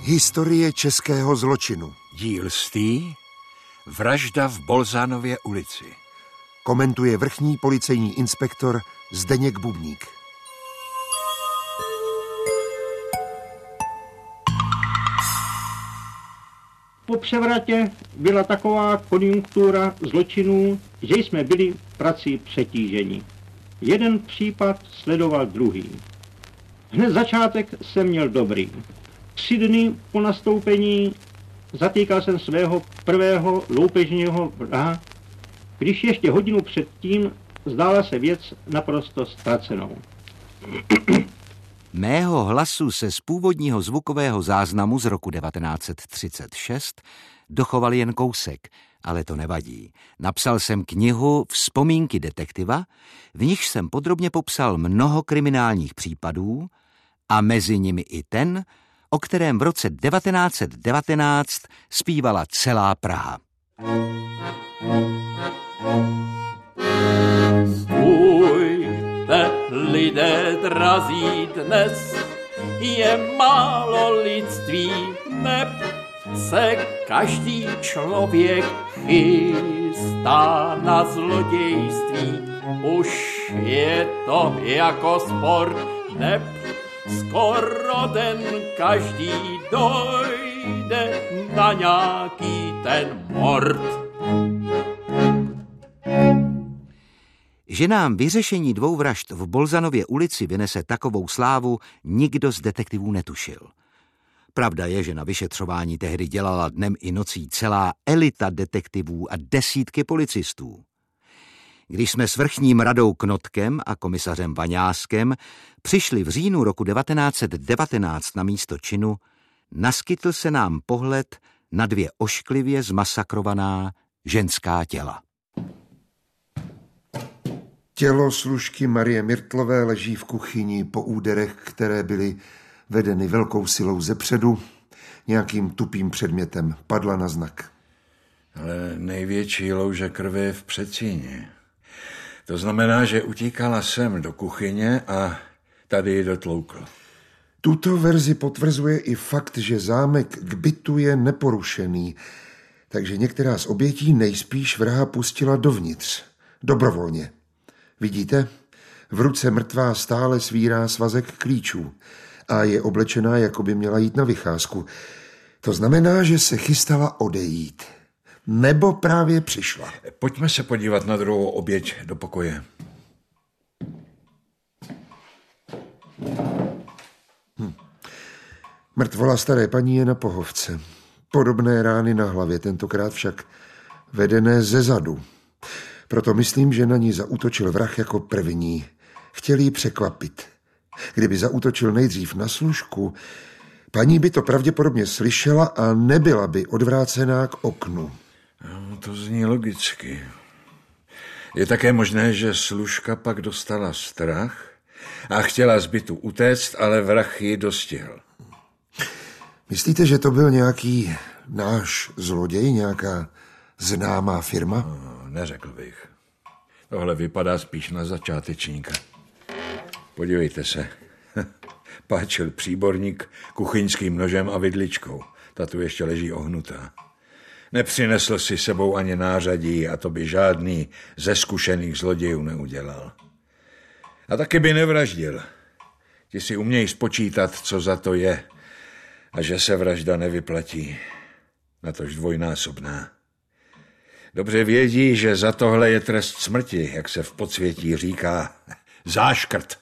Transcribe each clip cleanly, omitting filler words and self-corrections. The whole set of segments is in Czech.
Historie českého zločinu. Díl stý, vražda v Bolzánově ulici. Komentuje vrchní policejní inspektor Zdeněk Bubník. Po převratě byla taková konjunktura zločinů, že jsme byli prací přetíženi. Jeden případ sledoval druhý. Hned začátek jsem měl dobrý. 3 dny po nastoupení zatýkal jsem svého prvého loupežního vraha, když ještě hodinu předtím zdála se věc naprosto ztracenou. Mého hlasu se z původního zvukového záznamu z roku 1936 dochoval jen kousek, ale to nevadí. Napsal jsem knihu Vzpomínky detektiva, v níž jsem podrobně popsal mnoho kriminálních případů a mezi nimi i ten, o kterém v roce 1919 zpívala celá Praha. Stůjte, lidé drazí, dnes je málo lidství, neb se každý člověk chystá na zlodějství. Už je to jako sport, neb skoro den každý dojde na nějaký ten mord. Že nám vyřešení 2 vražd v Bolzanově ulici vynese takovou slávu, nikdo z detektivů netušil. Pravda je, že na vyšetřování tehdy dělala dnem i nocí celá elita detektivů a desítky policistů. Když jsme s vrchním radou Knotkem a komisařem Vaňáskem přišli v říjnu roku 1919 na místo činu, naskytl se nám pohled na 2 ošklivě zmasakrovaná ženská těla. Tělo služky Marie Myrtlové leží v kuchyni po úderech, které byly vedeny velkou silou zepředu. Nějakým tupým předmětem padla na znak. Ale největší louže krve je v předsíni. To znamená, že utíkala sem do kuchyně a tady ji dotloukl. Tuto verzi potvrzuje i fakt, že zámek k bytu je neporušený, takže některá z obětí nejspíš vraha pustila dovnitř. Dobrovolně. Vidíte? V ruce mrtvá stále svírá svazek klíčů a je oblečená, jako by měla jít na vycházku. To znamená, že se chystala odejít. Nebo právě přišla. Pojďme se podívat na druhou oběť do pokoje. Mrtvola staré paní je na pohovce. Podobné rány na hlavě, tentokrát však vedené ze zadu. Proto myslím, že na ní zaútočil vrah jako první. Chtěl jí překvapit. Kdyby zaútočil nejdřív na služku, paní by to pravděpodobně slyšela a nebyla by odvrácená k oknu. No, to zní logicky. Je také možné, že služka pak dostala strach a chtěla z bytu utéct, ale vrah ji dostihl. Myslíte, že to byl nějaký náš zloděj, nějaká známá firma? No, neřekl bych. Tohle vypadá spíš na začátečníka. Podívejte se. Páčil příborník kuchyňským nožem a vidličkou. Ta tu ještě leží ohnutá. Nepřinesl si sebou ani nářadí a to by žádný ze zkušených zlodějů neudělal. A taky by nevraždil. Ti si umějí spočítat, co za to je a že se vražda nevyplatí. Natož dvojnásobná. Dobře vědí, že za tohle je trest smrti, jak se v podsvětí říká. Záškrt.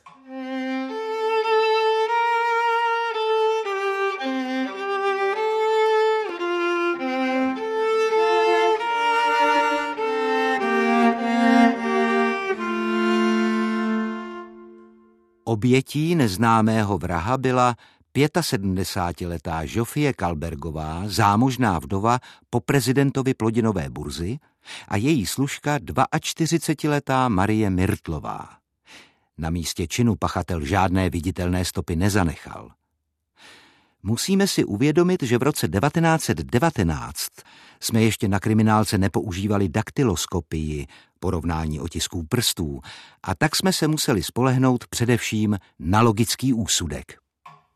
Obětí neznámého vraha byla 75letá Žofie Kalbergová, zámožná vdova po prezidentovi plodinové burzy, a její služka 42letá Marie Myrtlová. Na místě činu pachatel žádné viditelné stopy nezanechal. Musíme si uvědomit, že v roce 1919 jsme ještě na kriminálce nepoužívali daktyloskopii, porovnání otisků prstů, a tak jsme se museli spolehnout především na logický úsudek.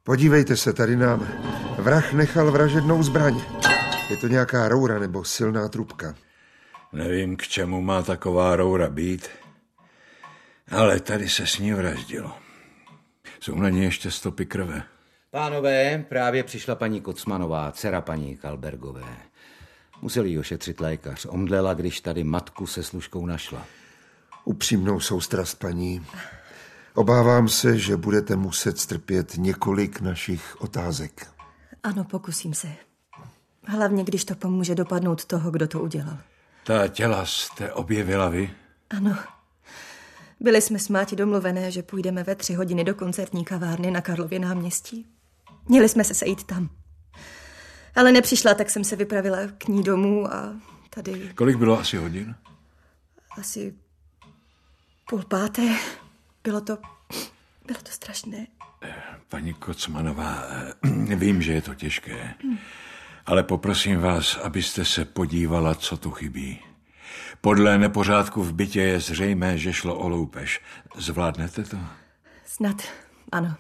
Podívejte se, tady nám vrah nechal vražednou zbraň. Je to nějaká roura nebo silná trubka? Nevím, k čemu má taková roura být, ale tady se s ní vraždilo. Jsou na ní ještě stopy krve. Pánové, právě přišla paní Kocmanová, dcera paní Kalbergové. Museli ji ošetřit lékař. Omdlela, když tady matku se služkou našla. Upřímnou soustrast, paní. Obávám se, že budete muset strpět několik našich otázek. Ano, pokusím se. Hlavně, když to pomůže dopadnout toho, kdo to udělal. Ta těla jste objevila vy? Ano. Byli jsme s Máti domluvené, že půjdeme ve 3 hodiny do koncertní kavárny na Karlově náměstí. Měli jsme se sejít tam. Ale nepřišla, tak jsem se vypravila k ní domů a tady... Kolik bylo asi hodin? Asi 4:30. Bylo to strašné. Paní Kocmanová, vím, že je to těžké, ale poprosím vás, abyste se podívala, co tu chybí. Podle nepořádku v bytě je zřejmé, že šlo o loupež. Zvládnete to? Snad, ano.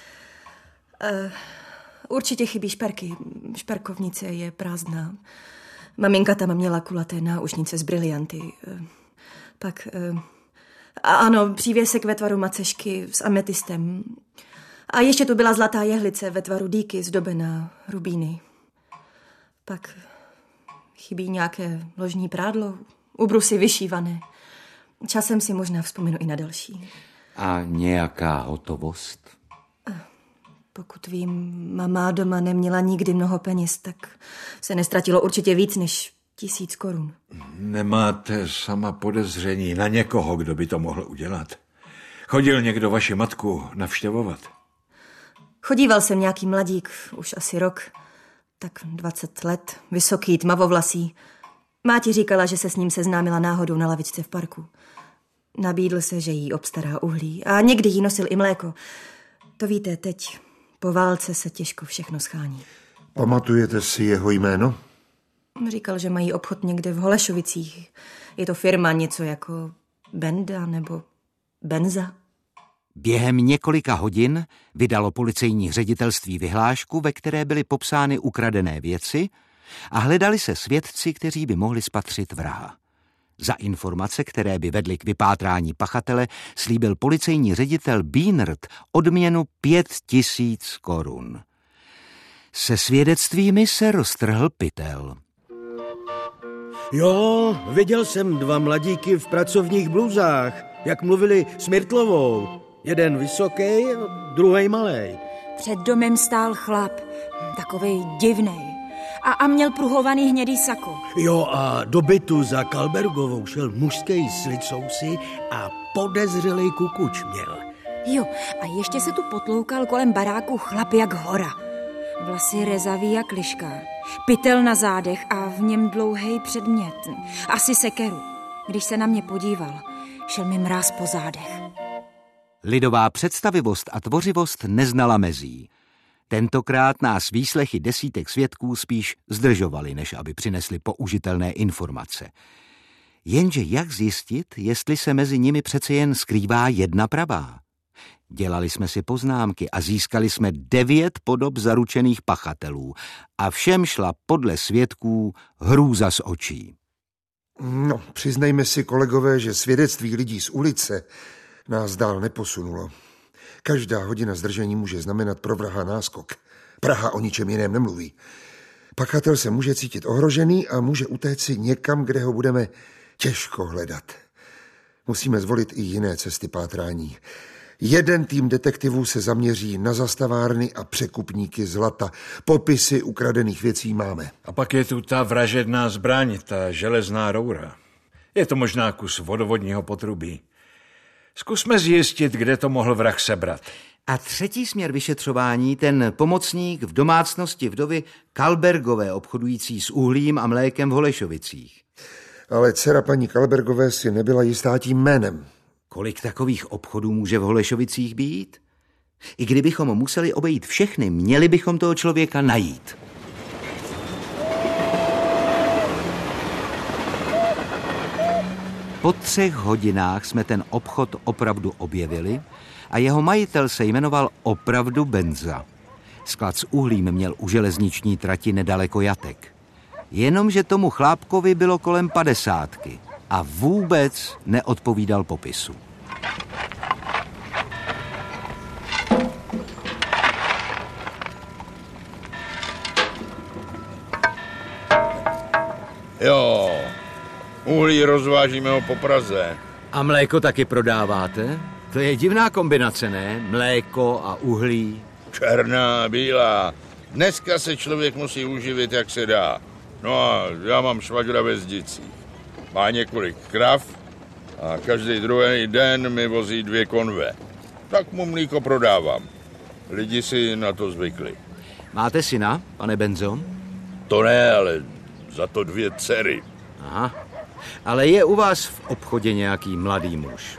Určitě chybí šperky. Šperkovnice je prázdná. Maminka tam měla kulaté náušnice z brilianty. Pak... ano, přívěsek ve tvaru macešky s ametistem. A ještě tu byla zlatá jehlice ve tvaru dýky zdobená rubíny. Pak chybí nějaké ložní prádlo, ubrusy vyšívané. Časem si možná vzpomenu i na další. A nějaká hotovost? Pokud vím, mama doma neměla nikdy mnoho peněz, tak se nestratilo určitě víc než 1000 korun. Nemáte sama podezření na někoho, kdo by to mohl udělat? Chodil někdo vaši matku navštěvovat? Chodíval jsem nějaký mladík, už asi rok, tak 20 let, vysoký, tmavovlasý. Máti říkala, že se s ním seznámila náhodou na lavičce v parku. Nabídl se, že jí obstará uhlí a někdy jí nosil i mléko. To víte, teď po válce se těžko všechno schání. Pamatujete si jeho jméno? Říkal, že mají obchod někde v Holešovicích. Je to firma něco jako Benda nebo Benza. Během několika hodin vydalo policejní ředitelství vyhlášku, ve které byly popsány ukradené věci a hledali se svědci, kteří by mohli spatřit vraha. Za informace, které by vedly k vypátrání pachatele, slíbil policejní ředitel Bienert odměnu 5000 korun. Se svědectvími se roztrhl pytel. Jo, viděl jsem 2 mladíky v pracovních bluzách, jak mluvili s Myrtlovou. Jeden vysoký, druhej malej. Před domem stál chlap, takovej divnej. A měl pruhovaný hnědý sako. Jo, a do bytu za Kalbergovou šel mužský s licousy a podezřelej kukuč měl. Jo, a ještě se tu potloukal kolem baráku chlap jak hora. Vlasy rezavý jak liška, pytel na zádech a v něm dlouhej předmět, asi sekeru. Když se na mě podíval, šel mi mráz po zádech. Lidová představivost a tvořivost neznala mezí. Tentokrát nás výslechy desítek svědků spíš zdržovaly, než aby přinesli použitelné informace. Jenže jak zjistit, jestli se mezi nimi přece jen skrývá jedna pravá? Dělali jsme si poznámky a získali jsme 9 podob zaručených pachatelů a všem šla podle svědků hrůza z očí. No, přiznejme si, kolegové, že svědectví lidí z ulice nás dál neposunulo. Každá hodina zdržení může znamenat pro vraha náskok. Praha o ničem jiném nemluví. Pachatel se může cítit ohrožený a může utéct si někam, kde ho budeme těžko hledat. Musíme zvolit i jiné cesty pátrání. Jeden tým detektivů se zaměří na zastavárny a překupníky zlata. Popisy ukradených věcí máme. A pak je tu ta vražedná zbraň, ta železná roura. Je to možná kus vodovodního potrubí. Zkusme zjistit, kde to mohl vrah sebrat. A třetí směr vyšetřování, ten pomocník v domácnosti vdovy Kalbergové, obchodující s uhlím a mlékem v Holešovicích. Ale dcera paní Kalbergové si nebyla jistá tím jménem. Kolik takových obchodů může v Holešovicích být? I kdybychom museli obejít všechny, měli bychom toho člověka najít. Po 3 hodinách jsme ten obchod opravdu objevili a jeho majitel se jmenoval opravdu Benza. Sklad s uhlím měl u železniční trati nedaleko jatek. Jenomže tomu chlápkovi bylo kolem 50 a vůbec neodpovídal popisu. Jo, uhlí rozvážíme ho po Praze. A mléko taky prodáváte? To je divná kombinace, ne? Mléko a uhlí. Černá a bílá. Dneska se člověk musí uživit, jak se dá. No a já mám švagra ve Zdicích. Má několik krav a každý druhý den mi vozí 2 konve. Tak mu mlíko prodávám. Lidi si na to zvykli. Máte syna, pane Benzo? To ne, ale za to 2 dcery. Aha. Ale je u vás v obchodě nějaký mladý muž?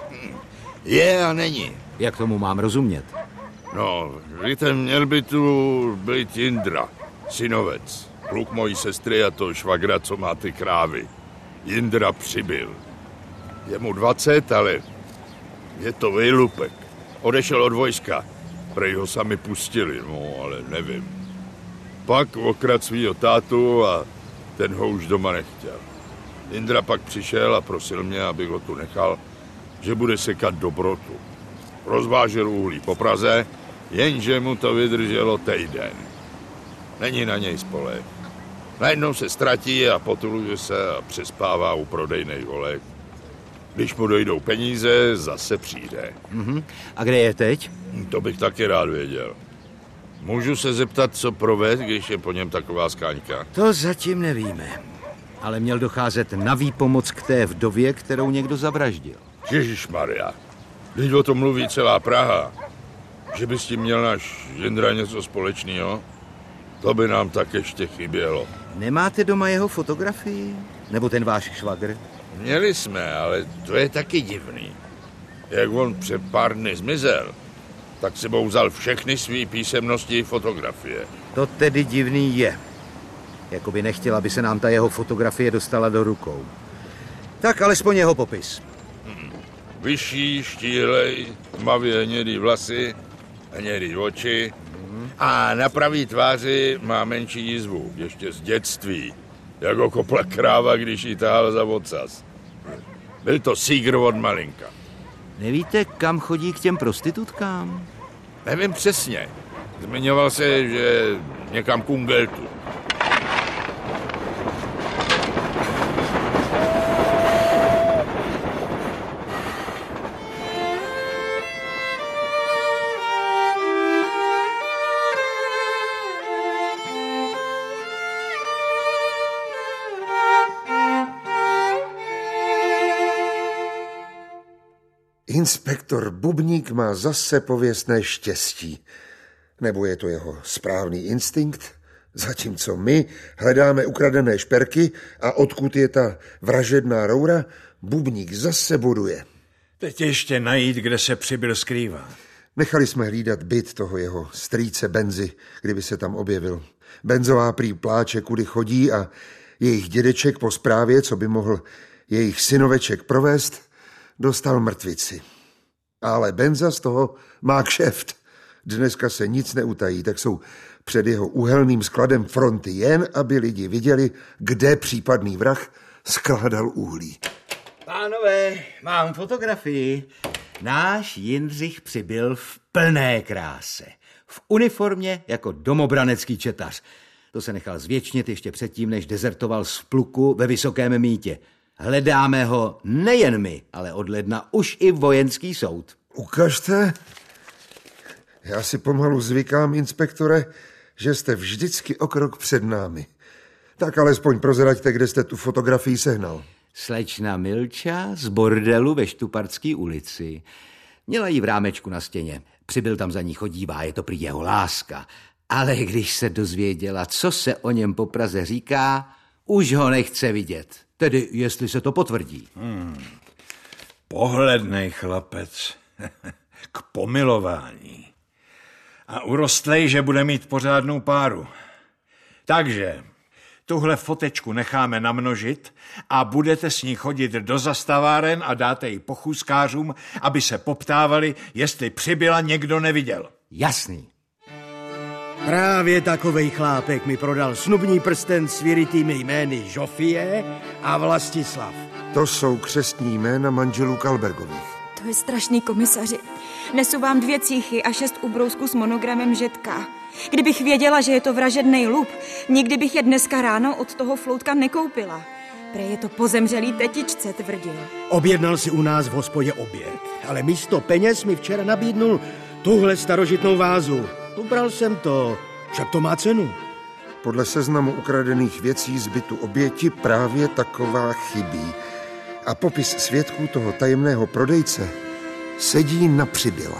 Je a není. Jak tomu mám rozumět? No, víte, měl by tu být Jindra, synovec. Kluk mojí sestry a to švagra, co má ty krávy. Jindra přibyl. Je mu 20, ale je to vejlupek. Odešel od vojska. Prej ho sami pustili, no, ale nevím. Pak okradl svýho tátu a ten ho už doma nechtěl. Jindra pak přišel a prosil mě, abych ho tu nechal, že bude sekat dobrotu. Rozvážel uhlí po Praze, jenže mu to vydrželo týden. Není na něj spoleh. Najednou se ztratí a potuluje se a přespává u prodejnej holek. Když mu dojdou peníze, zase přijde. A kde je teď? To bych taky rád věděl. Můžu se zeptat, co proved, když je po něm taková skáňka? To zatím nevíme. Ale měl docházet na výpomoc k té vdově, kterou někdo zavraždil. Ježišmarja, teď o tom mluví celá Praha. Že by s tím měl náš Jindra něco společného? To by nám tak ještě chybělo. Nemáte doma jeho fotografii? Nebo ten váš švagr? Měli jsme, ale to je taky divný. Jak on před pár dny zmizel, tak sebou vzal všechny svý písemnosti i fotografie. To tedy divný je. Jakoby nechtěl, aby se nám ta jeho fotografie dostala do rukou. Tak alespoň jeho popis. Vyšší, štíhlej, tmavě hnědý vlasy, hnědý oči a na pravý tváři má menší jizvu, ještě z dětství. Jak ho kopla kráva, když ji tahal za ocas. Byl to sígr od malinka. Nevíte, kam chodí k těm prostitutkám? Nevím přesně. Zmiňoval se, že někam k Ungeltu. Inspektor Bubník má zase pověstné štěstí. Nebo je to jeho správný instinkt? Zatímco my hledáme ukradené šperky a odkud je ta vražedná roura, Bubník zase boduje. Teď ještě najít, kde se Přibyl skrývá. Nechali jsme hlídat byt toho jeho strýce Benzy, kdyby se tam objevil. Benzová prý pláče, kudy chodí a jejich dědeček po zprávě, co by mohl jejich synoveček provést, dostal mrtvici. Ale Benza z toho má kšeft. Dneska se nic neutají, tak jsou před jeho uhelným skladem fronty jen, aby lidi viděli, kde případný vrah skládal uhlí. Pánové, mám fotografii. Náš Jindřich Přibyl v plné kráse. V uniformě jako domobranecký četař. To se nechal zvětšnit ještě předtím, než dezertoval z pluku ve Vysokém Mýtě. Hledáme ho nejen my, ale od ledna už i vojenský soud. Ukažte. Já si pomalu zvykám, inspektore, že jste vždycky o krok před námi. Tak alespoň prozraďte, kde jste tu fotografii sehnal. Slečna Milča z bordelu ve Štupartské ulici. Měla ji v rámečku na stěně. Přibyl tam za ní chodívá, je to prý jeho láska. Ale když se dozvěděla, co se o něm po Praze říká, už ho nechce vidět. Tedy, jestli se to potvrdí. Pohlednej chlapec. K pomilování. A urostlej, že bude mít pořádnou páru. Takže tuhle fotečku necháme namnožit a budete s ní chodit do zastaváren a dáte ji pochůzkářům, aby se poptávali, jestli Přibyla někdo neviděl. Jasný. Právě takovej chlápek mi prodal snubní prsten s věritými jmény Žofie a Vlastislav. To jsou křestní jména manželů Kalbergových. To je strašný, komisaři. Nesu vám 2 cíchy a 6 ubrousků s monogramem Žetka. Kdybych věděla, že je to vražednej lup, nikdy bych je dneska ráno od toho floutka nekoupila. Prej je to po zemřelý tetičce, tvrdil. Objednal si u nás v hospodě oběd, ale místo peněz mi včera nabídnul tuhle starožitnou vázu. Ubral jsem to, však to má cenu. Podle seznamu ukradených věcí z bytu oběti právě taková chybí. A popis svědků toho tajemného prodejce sedí na Přibyla.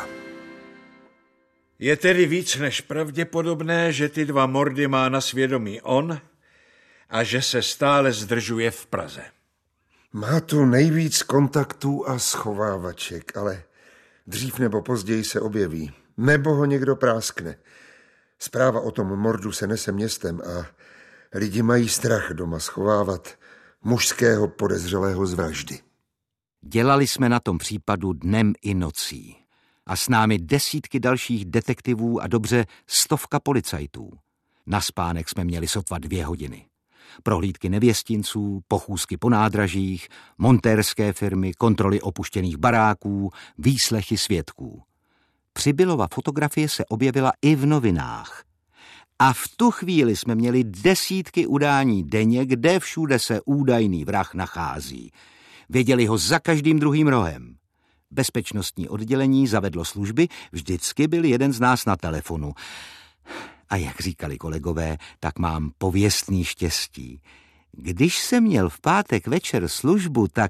Je tedy víc než pravděpodobné, že ty 2 mordy má na svědomí on a že se stále zdržuje v Praze. Má tu nejvíc kontaktů a schovávaček, ale dřív nebo později se objeví. Nebo ho někdo práskne. Zpráva o tom mordu se nese městem a lidi mají strach doma schovávat mužského podezřelého z vraždy. Dělali jsme na tom případu dnem i nocí. A s námi desítky dalších detektivů a dobře 100 policajtů. Na spánek jsme měli sotva 2 hodiny. Prohlídky nevěstinců, pochůzky po nádražích, montérské firmy, kontroly opuštěných baráků, výslechy svědků. Přibylova fotografie se objevila i v novinách. A v tu chvíli jsme měli desítky udání denně, kde všude se údajný vrah nachází. Věděli ho za každým druhým rohem. Bezpečnostní oddělení zavedlo služby, vždycky byl jeden z nás na telefonu. A jak říkali kolegové, tak mám pověstný štěstí. Když jsem měl v pátek večer službu, tak...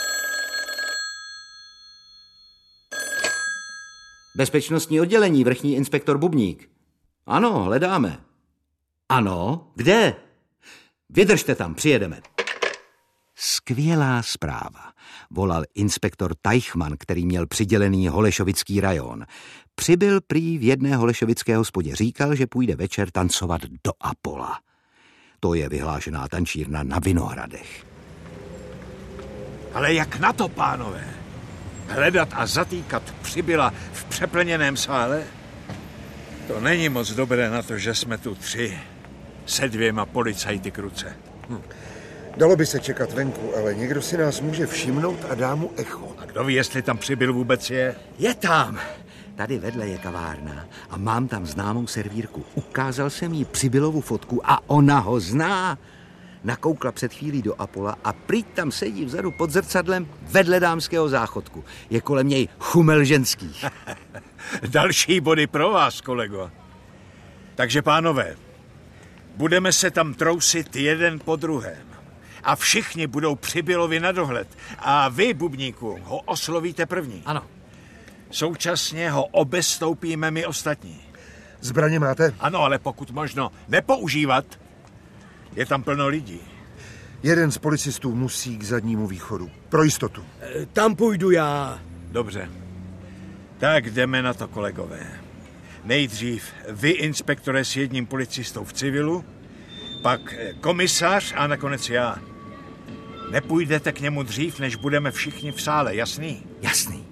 Bezpečnostní oddělení, vrchní inspektor Bubník. Ano, hledáme. Ano, kde? Vydržte tam, přijedeme. Skvělá zpráva. Volal inspektor Teichmann, který měl přidělený Holešovický rajon. Přibyl prý v jedné holešovické hospodě. Říkal, že půjde večer tancovat do Apola. To je vyhlášená tančírna na Vinohradech. Ale jak na to, pánové? Hledat a zatýkat Přibyla v přeplněném sále? To není moc dobré na to, že jsme tu 3 se 2 policajty k ruce. Dalo by se čekat venku, ale někdo si nás může všimnout a dá mu echo. A kdo ví, jestli tam Přibyl vůbec je? Je tam. Tady vedle je kavárna a mám tam známou servírku. Ukázal jsem jí Přibylovu fotku a ona ho zná. Nakoukla před chvílí do Apola a prý tam sedí vzadu pod zrcadlem vedle dámského záchodku. Je kolem něj chumel ženských. Další body pro vás, kolego. Takže, pánové, budeme se tam trousit jeden po druhém. A všichni budou Přibylovi na dohled. A vy, Bubníku, ho oslovíte první. Ano. Současně ho obestoupíme my ostatní. Zbraně máte? Ano, ale pokud možno nepoužívat. Je tam plno lidí. Jeden z policistů musí k zadnímu východu. Pro jistotu. Tam půjdu já. Dobře. Tak jdeme na to, kolegové. Nejdřív vy, inspektore, s jedním policistou v civilu, pak komisař a nakonec já. Nepůjdete k němu dřív, než budeme všichni v sále, jasný? Jasný.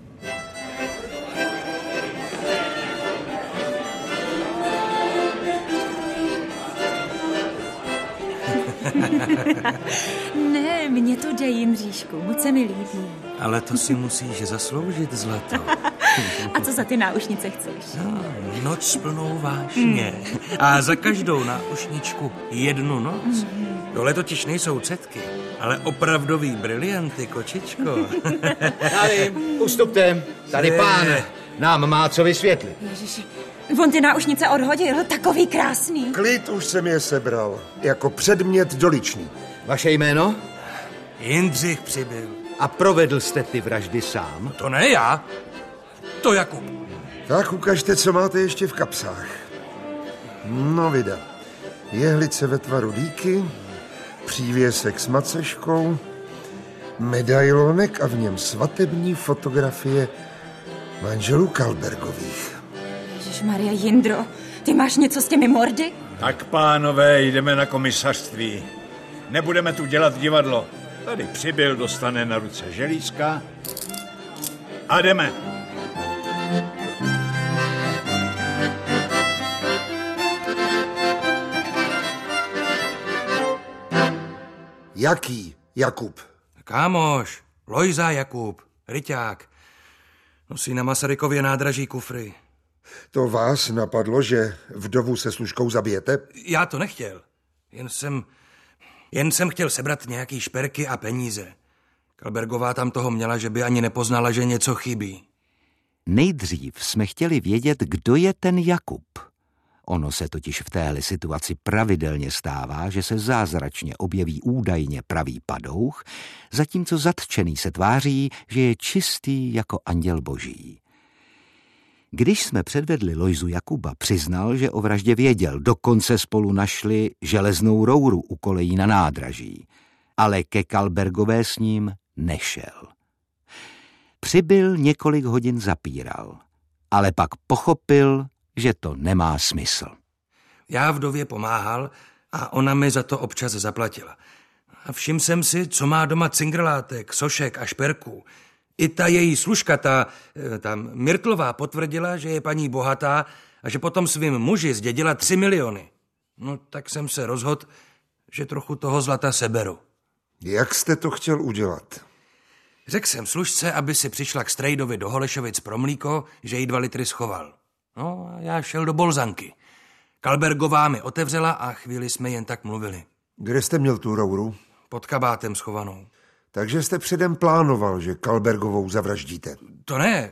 Ne, mě to dej, Jindříšku, moc se mi líbí. Ale to si musíš zasloužit, zlato. A co za ty náušnice chceš? No, noc plnou vášně. A za každou náušničku 1 noc. Tohle totiž nejsou cetky, ale opravdový brilianty, kočičko. Tady, ustupte. Tady pán nám má co vysvětlit. Ježiši, on ty náušnice odhodil, takový krásný. Klid, už jsem je sebral. Jako předmět doličný. Vaše jméno? Jindřich Přibyl. A provedl jste ty vraždy sám? To ne já, to Jakub. Tak ukažte, co máte ještě v kapsách. No vida. Jehlice ve tvaru dýky, přívěsek s maceškou, medailonek a v něm svatební fotografie manželů Kalbergových. Ježišmarja, Jindro, ty máš něco s těmi mordy? Tak, pánové, jdeme na komisařství. Nebudeme tu dělat divadlo. Tady Přibyl, dostane na ruce želízka a jdeme. Jaký Jakub? Kámoš, Lojza Jakub, ryťák. Nosí na Masarykově nádraží kufry. To vás napadlo, že vdovu se služkou zabijete? Já to nechtěl. Jen jsem chtěl sebrat nějaký šperky a peníze. Kalbergová tam toho měla, že by ani nepoznala, že něco chybí. Nejdřív jsme chtěli vědět, kdo je ten Jakub. Ono se totiž v téhle situaci pravidelně stává, že se zázračně objeví údajně pravý padouch, zatímco zatčený se tváří, že je čistý jako anděl boží. Když jsme předvedli Lojzu Jakuba, přiznal, že o vraždě věděl, dokonce spolu našli železnou rouru u kolejí na nádraží, ale ke Kalbergové s ním nešel. Přibyl několik hodin zapíral, ale pak pochopil, že to nemá smysl. Já vdově pomáhal a ona mi za to občas zaplatila. A všiml jsem si, co má doma cingrlátek, sošek a šperků. I ta její služka, ta Myrtlová, potvrdila, že je paní bohatá a že potom svým muži zdědila 3 miliony. No tak jsem se rozhodl, že trochu toho zlata seberu. Jak jste to chtěl udělat? Řekl jsem služce, aby si přišla k strejdovi do Holešovic pro mlíko, že jí 2 litry schoval. No a já šel do Bolzanky. Kalbergová mi otevřela a chvíli jsme jen tak mluvili. Kde jste měl tu rouru? Pod kabátem schovanou. Takže jste předem plánoval, že Kalbergovou zavraždíte? To ne,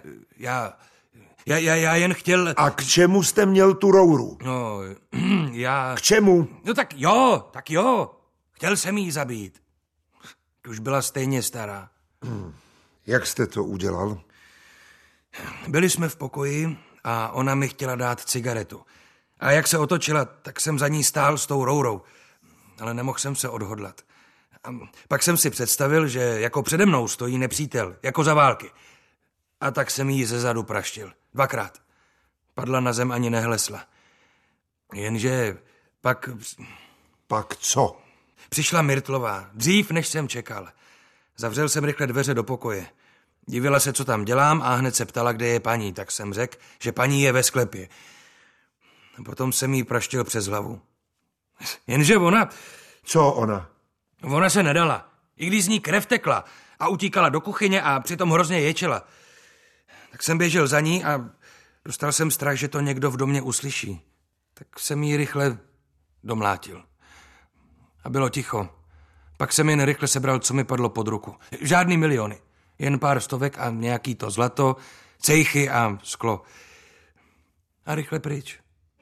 já jen chtěl... A k čemu jste měl tu rouru? No, já... K čemu? No tak jo, chtěl jsem jí zabít. Už byla stejně stará. Jak jste to udělal? Byli jsme v pokoji a ona mi chtěla dát cigaretu. A jak se otočila, tak jsem za ní stál s tou rourou. Ale nemohl jsem se odhodlat. A pak jsem si představil, že jako přede mnou stojí nepřítel, jako za války. A tak jsem jí zezadu praštil. 2krát. Padla na zem, ani nehlesla. Jenže pak... Pak co? Přišla Myrtlová, dřív než jsem čekal. Zavřel jsem rychle dveře do pokoje. Divila se, co tam dělám a hned se ptala, kde je paní, tak jsem řekl, že paní je ve sklepě. Potom jsem jí praštil přes hlavu. Jenže ona... Co ona? Ona se nedala, i když z ní krev tekla a utíkala do kuchyně a přitom hrozně ječela. Tak jsem běžel za ní a dostal jsem strach, že to někdo v domě uslyší. Tak jsem jí rychle domlátil. A bylo ticho. Pak jsem jen rychle sebral, co mi padlo pod ruku. Žádný miliony. Jen pár stovek a nějaký to zlato, cejchy a sklo. A rychle pryč.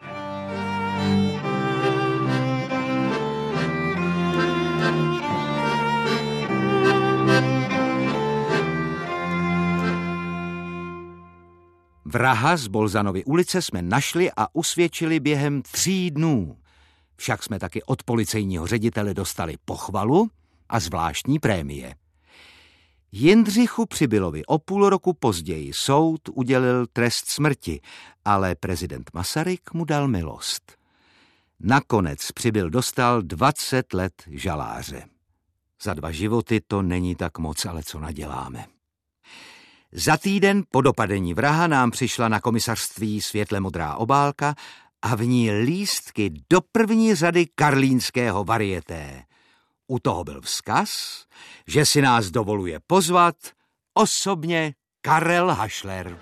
Vraha z Bolzanovy ulice jsme našli a usvědčili během 3 dnů. Však jsme taky od policejního ředitele dostali pochvalu a zvláštní prémie. Jindřichu Přibylovi o půl roku později soud udělil trest smrti, ale prezident Masaryk mu dal milost. Nakonec Přibyl dostal 20 let žaláře. Za 2 životy to není tak moc, ale co naděláme. Za týden po dopadení vraha nám přišla na komisařství světle modrá obálka a v ní lístky do první řady karlínského varieté. U toho byl vzkaz, že si nás dovoluje pozvat osobně Karel Hašler.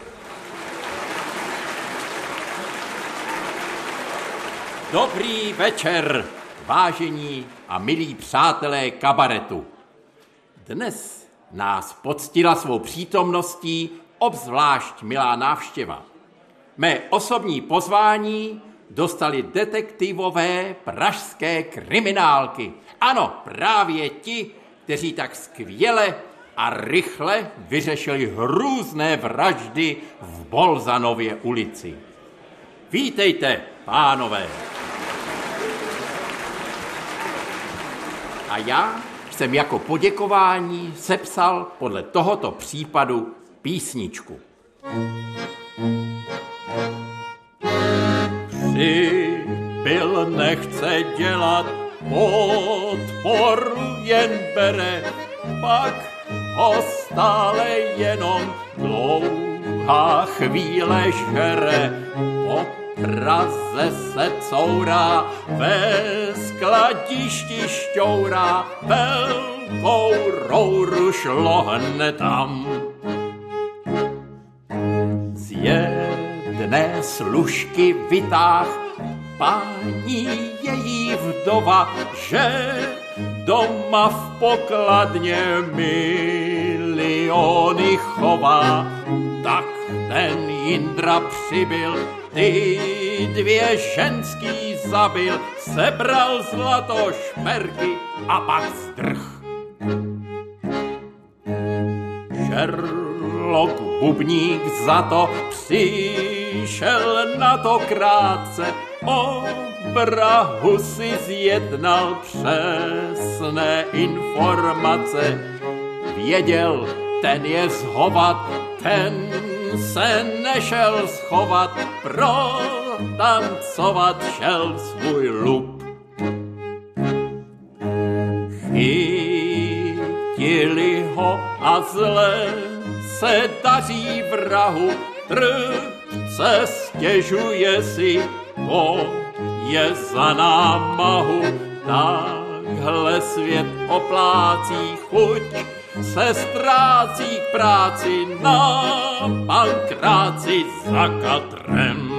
Dobrý večer, vážení a milí přátelé kabaretu. Dnes nás poctila svou přítomností obzvlášť milá návštěva. Mé osobní pozvání dostali detektivové pražské kriminálky. Ano, právě ti, kteří tak skvěle a rychle vyřešili hrůzné vraždy v Bolzanově ulici. Vítejte, pánové. A já jsem jako poděkování sepsal podle tohoto případu písničku. Přibyl nechce dělat podporu, jen bere, pak ho stále jenom dlouhá chvíle žere. Po Praze se courá, ve skladišti šťourá, velkou rouru šlohne tam. Z jedné služky vytáh paní její vdova, že doma v pokladně miliony chová. Tak ten Jindra přibyl, ty dvě ženský zabil, sebral zlato šperky a pak zdrh. Šerlok Bubník za to přišel na to krátce, o vrahu si zjednal přesné informace. Věděl, ten je zhovat, ten se nešel schovat, protancovat šel svůj lup. Chytili ho a zle se daří vrahu, trpce stěžuje si, je za námahu. Takhle svět oplácí, chuť se ztrácí k práci, na pankráci za katrem.